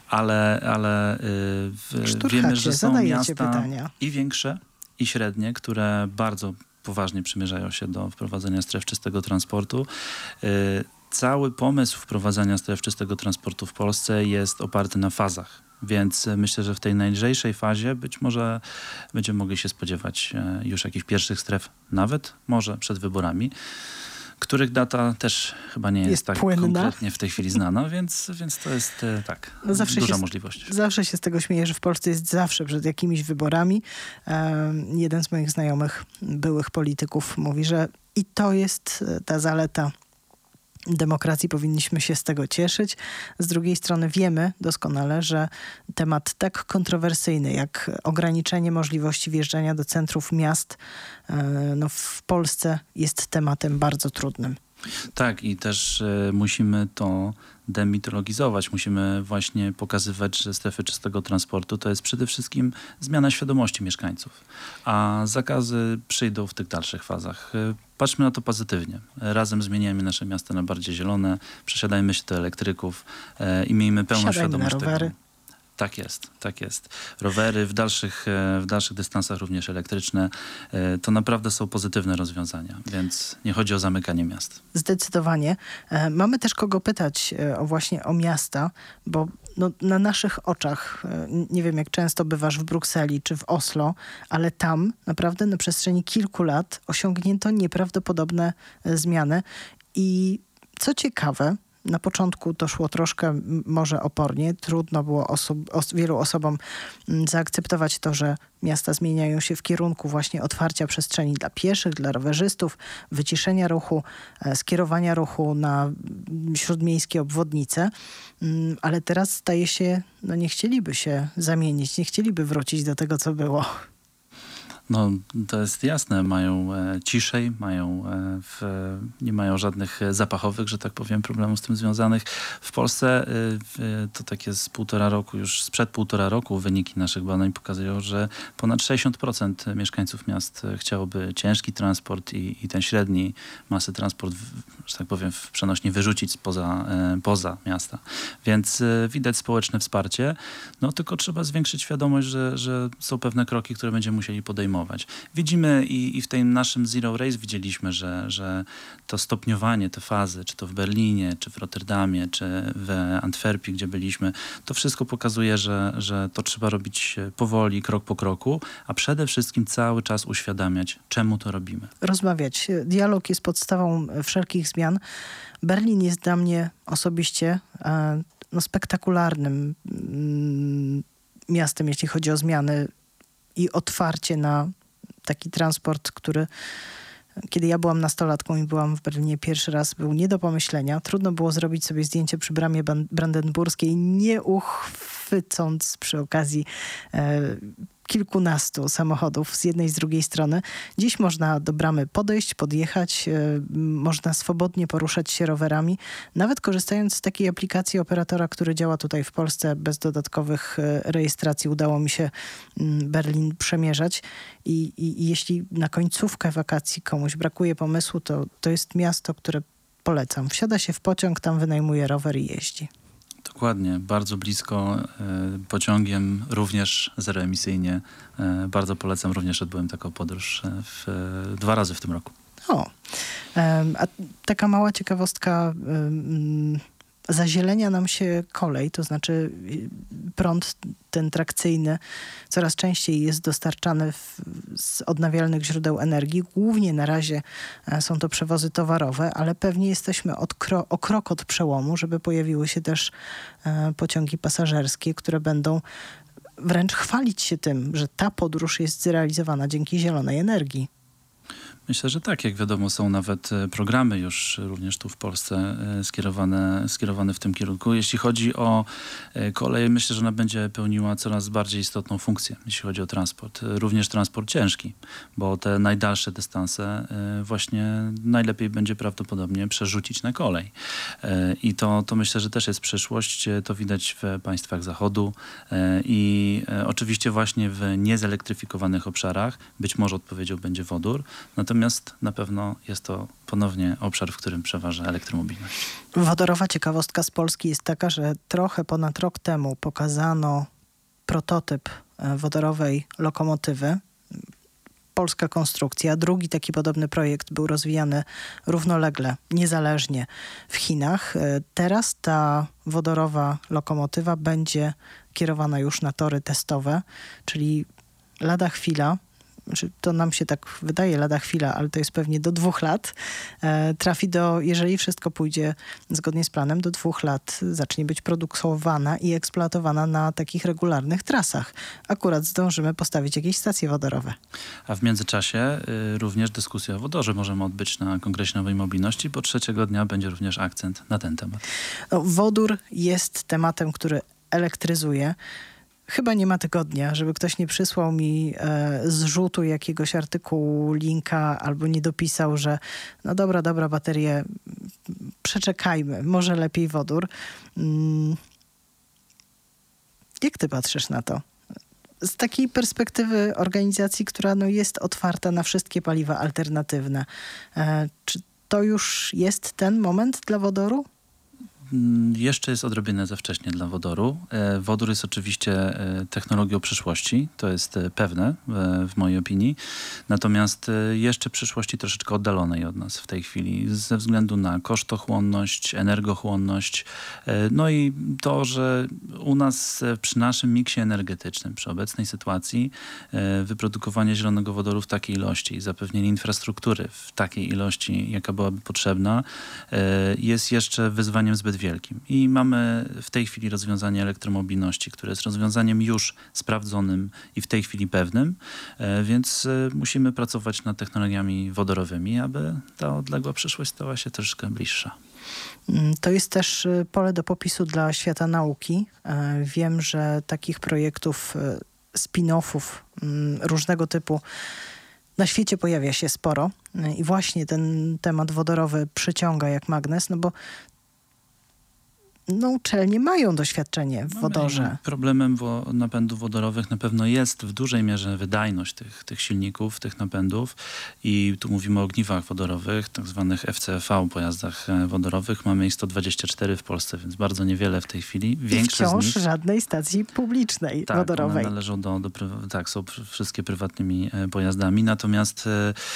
C: ale wiemy, że są miasta
A: pytania.
C: I większe, i średnie, które bardzo poważnie przymierzają się do wprowadzenia stref czystego transportu. Cały pomysł wprowadzania stref czystego transportu w Polsce jest oparty na fazach. Więc myślę, że w tej najlżejszej fazie być może będziemy mogli się spodziewać już jakichś pierwszych stref, nawet może przed wyborami, których data też chyba nie jest tak
A: płynna.
C: konkretnie w tej chwili znana, więc to jest duża możliwość.
A: Zawsze się z tego śmieję, że w Polsce jest zawsze przed jakimiś wyborami. Jeden z moich znajomych, byłych polityków, mówi, że i to jest ta zaleta demokracji, powinniśmy się z tego cieszyć. Z drugiej strony wiemy doskonale, że temat tak kontrowersyjny jak ograniczenie możliwości wjeżdżania do centrów miast w Polsce jest tematem bardzo trudnym.
C: Tak, i też musimy to demitologizować. Musimy właśnie pokazywać, że strefy czystego transportu to jest przede wszystkim zmiana świadomości mieszkańców, a zakazy przyjdą w tych dalszych fazach. Patrzmy na to pozytywnie. Razem zmieniajmy nasze miasta na bardziej zielone, przesiadajmy się do elektryków i miejmy pełną świadomość tego. Tak jest. Rowery w dalszych dystansach również elektryczne. To naprawdę są pozytywne rozwiązania, więc nie chodzi o zamykanie miast.
A: Zdecydowanie. Mamy też kogo pytać właśnie o miasta, bo na naszych oczach, nie wiem jak często bywasz w Brukseli czy w Oslo, ale tam naprawdę na przestrzeni kilku lat osiągnięto nieprawdopodobne zmiany i co ciekawe, na początku to szło troszkę może opornie. Trudno było wielu osobom zaakceptować to, że miasta zmieniają się w kierunku właśnie otwarcia przestrzeni dla pieszych, dla rowerzystów, wyciszenia ruchu, skierowania ruchu na śródmiejskie obwodnice. Ale teraz staje się, nie chcieliby się zamienić, nie chcieliby wrócić do tego, co było.
C: No, to jest jasne. Mają ciszej, nie mają żadnych zapachowych, że tak powiem, problemów z tym związanych. W Polsce to tak jest już sprzed 1,5 roku wyniki naszych badań pokazują, że ponad 60% mieszkańców miast chciałoby ciężki transport i ten średni masy transport, że tak powiem, przenośnie wyrzucić poza miasta. Więc widać społeczne wsparcie. No tylko trzeba zwiększyć świadomość, że są pewne kroki, które będziemy musieli podejmować. Widzimy i w tym naszym Zero Race widzieliśmy, że to stopniowanie, te fazy, czy to w Berlinie, czy w Rotterdamie, czy w Antwerpii, gdzie byliśmy, to wszystko pokazuje, że to trzeba robić powoli, krok po kroku, a przede wszystkim cały czas uświadamiać, czemu to robimy.
A: Rozmawiać. Dialog jest podstawą wszelkich zmian. Berlin jest dla mnie osobiście spektakularnym miastem, jeśli chodzi o zmiany i otwarcie na taki transport, który kiedy ja byłam nastolatką i byłam w Berlinie pierwszy raz, był nie do pomyślenia. Trudno było zrobić sobie zdjęcie przy bramie brandenburskiej, nie uchwycąc przy okazji kilkunastu samochodów z jednej i z drugiej strony. Dziś można do bramy podejść, podjechać, można swobodnie poruszać się rowerami, nawet korzystając z takiej aplikacji operatora, który działa tutaj w Polsce bez dodatkowych rejestracji. Udało mi się Berlin przemierzać i jeśli na końcówkę wakacji komuś brakuje pomysłu, to jest miasto, które polecam. Wsiada się w pociąg, tam wynajmuje rower i jeździ.
C: Dokładnie, bardzo blisko, pociągiem również zeroemisyjnie. Bardzo polecam, również odbyłem taką podróż 2 razy w tym roku.
A: A taka mała ciekawostka, zazielenia nam się kolej, to znaczy prąd ten trakcyjny coraz częściej jest dostarczany z odnawialnych źródeł energii. Głównie na razie są to przewozy towarowe, ale pewnie jesteśmy o krok od przełomu, żeby pojawiły się też pociągi pasażerskie, które będą wręcz chwalić się tym, że ta podróż jest zrealizowana dzięki zielonej energii.
C: Myślę, że tak. Jak wiadomo, są nawet programy już również tu w Polsce skierowane w tym kierunku. Jeśli chodzi o kolej, myślę, że ona będzie pełniła coraz bardziej istotną funkcję, jeśli chodzi o transport. Również transport ciężki, bo te najdalsze dystanse właśnie najlepiej będzie prawdopodobnie przerzucić na kolej. I to myślę, że też jest przyszłość. To widać w państwach Zachodu i oczywiście właśnie w niezelektryfikowanych obszarach być może odpowiedzią będzie wodór. Natomiast na pewno jest to ponownie obszar, w którym przeważa elektromobilność.
A: Wodorowa ciekawostka z Polski jest taka, że trochę ponad rok temu pokazano prototyp wodorowej lokomotywy. Polska konstrukcja. Drugi taki podobny projekt był rozwijany równolegle, niezależnie w Chinach. Teraz ta wodorowa lokomotywa będzie kierowana już na tory testowe, czyli lada chwila, to nam się tak wydaje lada chwila, ale to jest pewnie do 2 lat, trafi jeżeli wszystko pójdzie zgodnie z planem, do 2 lat zacznie być produkowana i eksploatowana na takich regularnych trasach. Akurat zdążymy postawić jakieś stacje wodorowe.
C: A w międzyczasie również dyskusję o wodorze możemy odbyć na Kongresie Nowej Mobilności, bo 3. dnia będzie również akcent na ten temat.
A: Wodór jest tematem, który elektryzuje. Chyba nie ma tygodnia, żeby ktoś nie przysłał mi zrzutu jakiegoś artykułu, linka albo nie dopisał, że no dobra, baterie, przeczekajmy, może lepiej wodór. Jak ty patrzysz na to? Z takiej perspektywy organizacji, która jest otwarta na wszystkie paliwa alternatywne, czy to już jest ten moment dla wodoru?
C: Jeszcze jest odrobinę za wcześnie dla wodoru. Wodór jest oczywiście technologią przyszłości, to jest pewne w mojej opinii. Natomiast jeszcze przyszłości troszeczkę oddalonej od nas w tej chwili ze względu na kosztochłonność, energochłonność. No i to, że u nas przy naszym miksie energetycznym, przy obecnej sytuacji wyprodukowanie zielonego wodoru w takiej ilości i zapewnienie infrastruktury w takiej ilości, jaka byłaby potrzebna, jest jeszcze wyzwaniem zbyt wielkim. I mamy w tej chwili rozwiązanie elektromobilności, które jest rozwiązaniem już sprawdzonym i w tej chwili pewnym, więc musimy pracować nad technologiami wodorowymi, aby ta odległa przyszłość stała się troszkę bliższa.
A: To jest też pole do popisu dla świata nauki. Wiem, że takich projektów spin-offów różnego typu na świecie pojawia się sporo i właśnie ten temat wodorowy przyciąga jak magnes, no bo uczelnie mają doświadczenie w wodorze.
C: Problemem napędów wodorowych na pewno jest w dużej mierze wydajność tych silników, tych napędów i tu mówimy o ogniwach wodorowych, tak zwanych FCV pojazdach wodorowych. Mamy ich 124 w Polsce, więc bardzo niewiele w tej chwili. Większe
A: I wciąż
C: z nich,
A: żadnej stacji publicznej wodorowej.
C: One należą są wszystkie prywatnymi pojazdami, natomiast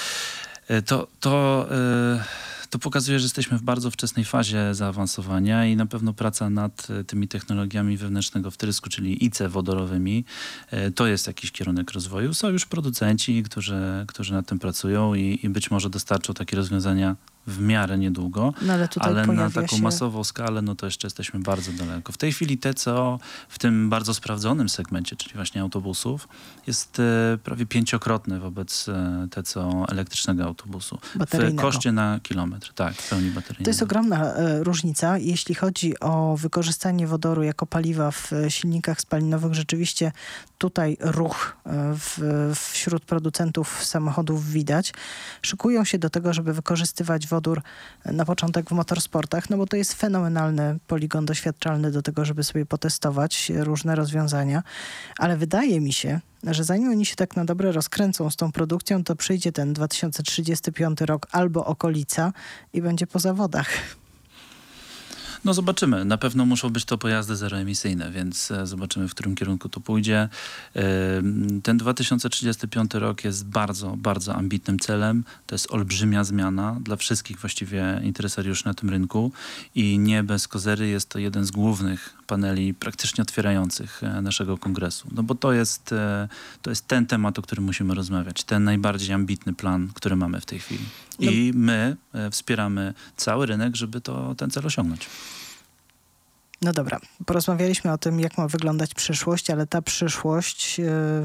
C: to pokazuje, że jesteśmy w bardzo wczesnej fazie zaawansowania i na pewno praca nad tymi technologiami wewnętrznego wtrysku, czyli IC wodorowymi, to jest jakiś kierunek rozwoju. Są już producenci, którzy nad tym pracują i być może dostarczą takie rozwiązania w miarę niedługo, ale na taką masową skalę, to jeszcze jesteśmy bardzo daleko. W tej chwili TCO w tym bardzo sprawdzonym segmencie, czyli właśnie autobusów, jest prawie 5-krotne wobec TCO elektrycznego autobusu. W koszcie na kilometr. Tak, w pełni bateryjnego.
A: To jest ogromna różnica. Jeśli chodzi o wykorzystanie wodoru jako paliwa w silnikach spalinowych, rzeczywiście tutaj ruch wśród producentów samochodów widać. Szykują się do tego, żeby wykorzystywać wodór na początek w motorsportach, bo to jest fenomenalny poligon doświadczalny do tego, żeby sobie potestować różne rozwiązania. Ale wydaje mi się, że zanim oni się tak na dobre rozkręcą z tą produkcją, to przyjdzie ten 2035 rok albo okolica i będzie po zawodach.
C: Zobaczymy. Na pewno muszą być to pojazdy zeroemisyjne, więc zobaczymy, w którym kierunku to pójdzie. Ten 2035 rok jest bardzo, bardzo ambitnym celem. To jest olbrzymia zmiana dla wszystkich właściwie interesariuszy na tym rynku i nie bez kozery jest to jeden z głównych paneli praktycznie otwierających naszego kongresu. Bo to jest ten temat, o którym musimy rozmawiać. Ten najbardziej ambitny plan, który mamy w tej chwili. I my wspieramy cały rynek, żeby ten cel osiągnąć.
A: No dobra, porozmawialiśmy o tym, jak ma wyglądać przyszłość, ale ta przyszłość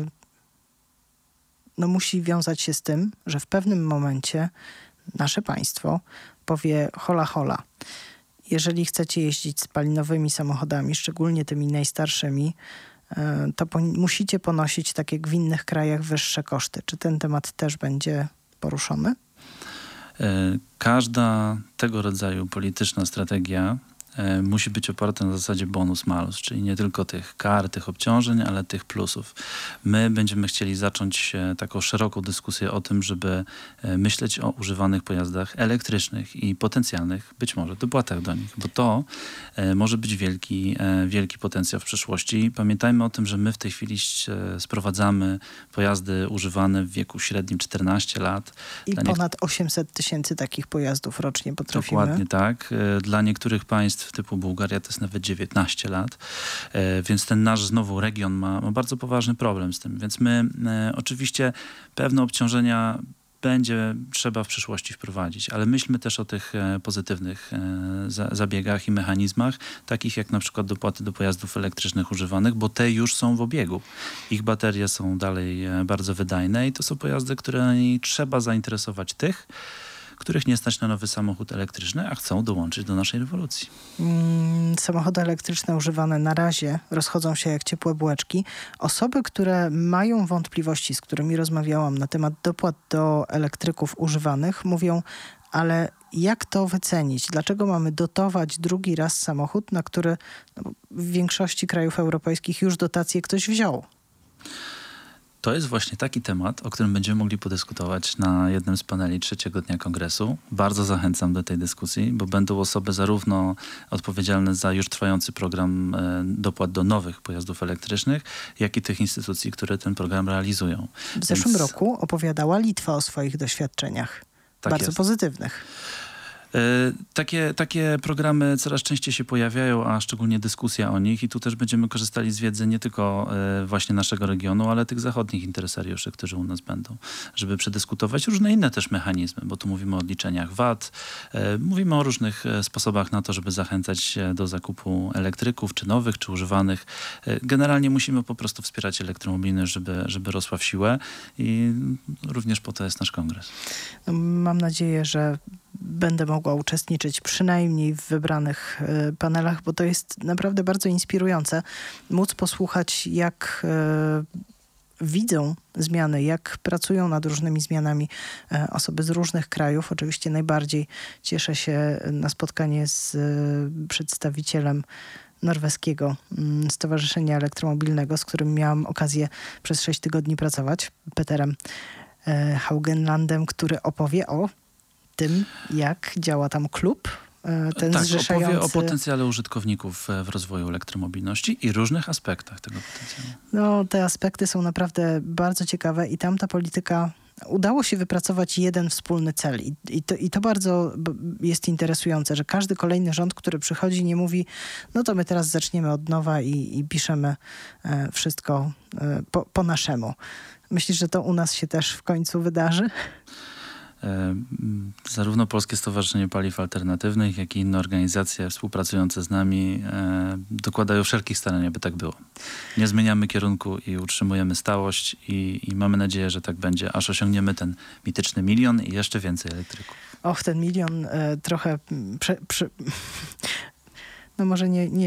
A: musi wiązać się z tym, że w pewnym momencie nasze państwo powie hola hola. Jeżeli chcecie jeździć spalinowymi samochodami, szczególnie tymi najstarszymi, to musicie ponosić, tak jak w innych krajach, wyższe koszty. Czy ten temat też będzie poruszony?
C: Każda tego rodzaju polityczna strategia musi być oparta na zasadzie bonus-malus, czyli nie tylko tych kar, tych obciążeń, ale tych plusów. My będziemy chcieli zacząć taką szeroką dyskusję o tym, żeby myśleć o używanych pojazdach elektrycznych i potencjalnych, być może, dopłatach do nich, bo to może być wielki potencjał w przyszłości. Pamiętajmy o tym, że my w tej chwili sprowadzamy pojazdy używane w wieku średnim 14 lat.
A: I ponad 800 000 takich pojazdów rocznie potrafimy.
C: Dokładnie tak. Dla niektórych państw typu Bułgaria to jest nawet 19 lat, więc ten nasz znowu region ma bardzo poważny problem z tym. Więc my oczywiście pewne obciążenia będzie trzeba w przyszłości wprowadzić, ale myślmy też o tych pozytywnych zabiegach i mechanizmach, takich jak na przykład dopłaty do pojazdów elektrycznych używanych, bo te już są w obiegu. Ich baterie są dalej bardzo wydajne i to są pojazdy, które trzeba zainteresować tych, których nie stać na nowy samochód elektryczny, a chcą dołączyć do naszej rewolucji.
A: Samochody elektryczne używane na razie rozchodzą się jak ciepłe bułeczki. Osoby, które mają wątpliwości, z którymi rozmawiałam na temat dopłat do elektryków używanych, mówią, ale jak to wycenić? Dlaczego mamy dotować drugi raz samochód, na który w większości krajów europejskich już dotację ktoś wziął?
C: To jest właśnie taki temat, o którym będziemy mogli podyskutować na jednym z paneli trzeciego dnia kongresu. Bardzo zachęcam do tej dyskusji, bo będą osoby zarówno odpowiedzialne za już trwający program dopłat do nowych pojazdów elektrycznych, jak i tych instytucji, które ten program realizują.
A: W zeszłym roku opowiadała Litwa o swoich doświadczeniach.
C: Tak
A: bardzo
C: jest.
A: Pozytywnych.
C: Takie programy coraz częściej się pojawiają, a szczególnie dyskusja o nich i tu też będziemy korzystali z wiedzy nie tylko właśnie naszego regionu, ale tych zachodnich interesariuszy, którzy u nas będą, żeby przedyskutować różne inne też mechanizmy, bo tu mówimy o odliczeniach VAT, mówimy o różnych sposobach na to, żeby zachęcać do zakupu elektryków, czy nowych, czy używanych. Generalnie musimy po prostu wspierać elektromobilność, żeby rosła w siłę i również po to jest nasz kongres.
A: Mam nadzieję, że będę mogła uczestniczyć przynajmniej w wybranych panelach, bo to jest naprawdę bardzo inspirujące. Móc posłuchać, jak widzą zmiany, jak pracują nad różnymi zmianami osoby z różnych krajów. Oczywiście najbardziej cieszę się na spotkanie z przedstawicielem norweskiego Stowarzyszenia Elektromobilnego, z którym miałam okazję przez 6 tygodni pracować, Peterem Haugenlandem, który opowie o tym, jak działa tam klub, ten
C: Tak,
A: zrzeszający...
C: opowie o potencjale użytkowników w rozwoju elektromobilności i różnych aspektach tego potencjału.
A: No, te aspekty są naprawdę bardzo ciekawe i tam ta polityka... Udało się wypracować jeden wspólny cel i to bardzo jest interesujące, że każdy kolejny rząd, który przychodzi, nie mówi, no to my teraz zaczniemy od nowa i piszemy wszystko po naszemu. Myślisz, że to u nas się też w końcu wydarzy?
C: Zarówno Polskie Stowarzyszenie Paliw Alternatywnych, jak i inne organizacje współpracujące z nami dokładają wszelkich starań, aby tak było. Nie zmieniamy kierunku i utrzymujemy stałość i mamy nadzieję, że tak będzie, aż osiągniemy ten mityczny 1 000 000 i jeszcze więcej elektryków.
A: Och, ten 1 000 000 trochę... no może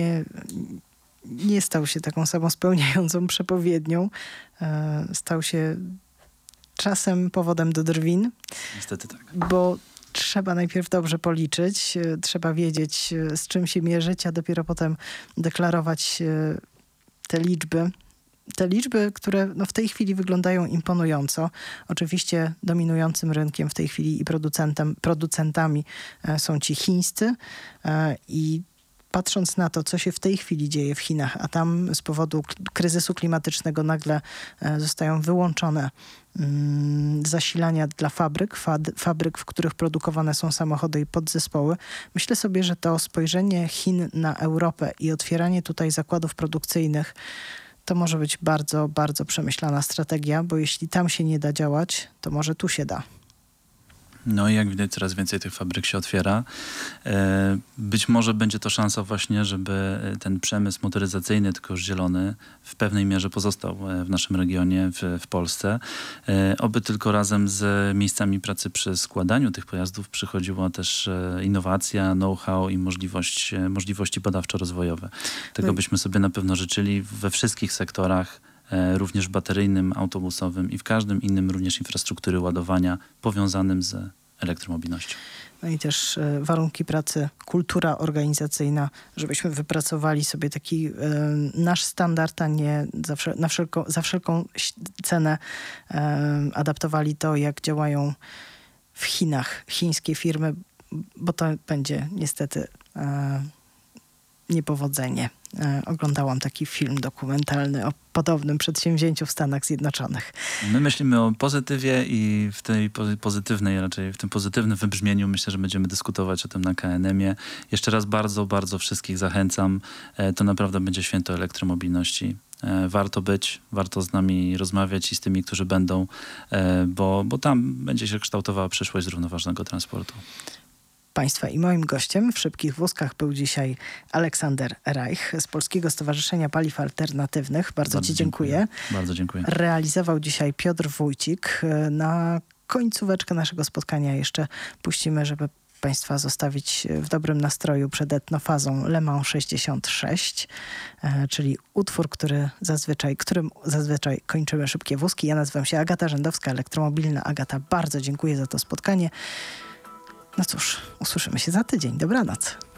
A: nie stał się taką samospełniającą przepowiednią. Stał się czasem powodem do drwin.
C: Niestety tak.
A: Bo trzeba najpierw dobrze policzyć, trzeba wiedzieć, z czym się mierzyć, a dopiero potem deklarować te liczby. Te liczby, które no, w tej chwili wyglądają imponująco. Oczywiście dominującym rynkiem w tej chwili i producentami są ci chińscy i patrząc na to, co się w tej chwili dzieje w Chinach, a tam z powodu kryzysu klimatycznego nagle zostają wyłączone zasilania dla fabryk, w których produkowane są samochody i podzespoły. Myślę sobie, że to spojrzenie Chin na Europę i otwieranie tutaj zakładów produkcyjnych to może być bardzo, bardzo przemyślana strategia, bo jeśli tam się nie da działać, to może tu się da.
C: No i jak widać, coraz więcej tych fabryk się otwiera. Być może będzie to szansa właśnie, żeby ten przemysł motoryzacyjny, tylko już zielony, w pewnej mierze pozostał w naszym regionie, w Polsce. Oby tylko razem z miejscami pracy przy składaniu tych pojazdów przychodziła też innowacja, know-how i możliwości badawczo-rozwojowe. Tego byśmy sobie na pewno życzyli we wszystkich sektorach, również bateryjnym, autobusowym i w każdym innym również infrastruktury ładowania powiązanym z elektromobilnością. No
A: i też warunki pracy, kultura organizacyjna, żebyśmy wypracowali sobie taki nasz standard, a nie za wszelką cenę adaptowali to, jak działają w Chinach chińskie firmy, bo to będzie niestety niepowodzenie. Oglądałam taki film dokumentalny o podobnym przedsięwzięciu w Stanach Zjednoczonych.
C: My myślimy o pozytywie i w tej pozytywnej, raczej w tym pozytywnym wybrzmieniu myślę, że będziemy dyskutować o tym na KNM-ie. Jeszcze raz bardzo, bardzo wszystkich zachęcam. To naprawdę będzie święto elektromobilności. Warto być, warto z nami rozmawiać i z tymi, którzy będą, bo tam będzie się kształtowała przyszłość zrównoważonego transportu.
A: Państwa i moim gościem w Szybkich Wózkach był dzisiaj Aleksander Reich z Polskiego Stowarzyszenia Paliw Alternatywnych. Bardzo Ci dziękuję.
C: Bardzo dziękuję.
A: Realizował dzisiaj Piotr Wójcik. Na końcóweczkę naszego spotkania jeszcze puścimy, żeby Państwa zostawić w dobrym nastroju przed etnofazą Le Mans 66, czyli utwór, którym zazwyczaj kończymy Szybkie Wózki. Ja nazywam się Agata Rzędowska, elektromobilna Agata. Bardzo dziękuję za to spotkanie. No cóż, usłyszymy się za tydzień. Dobranoc.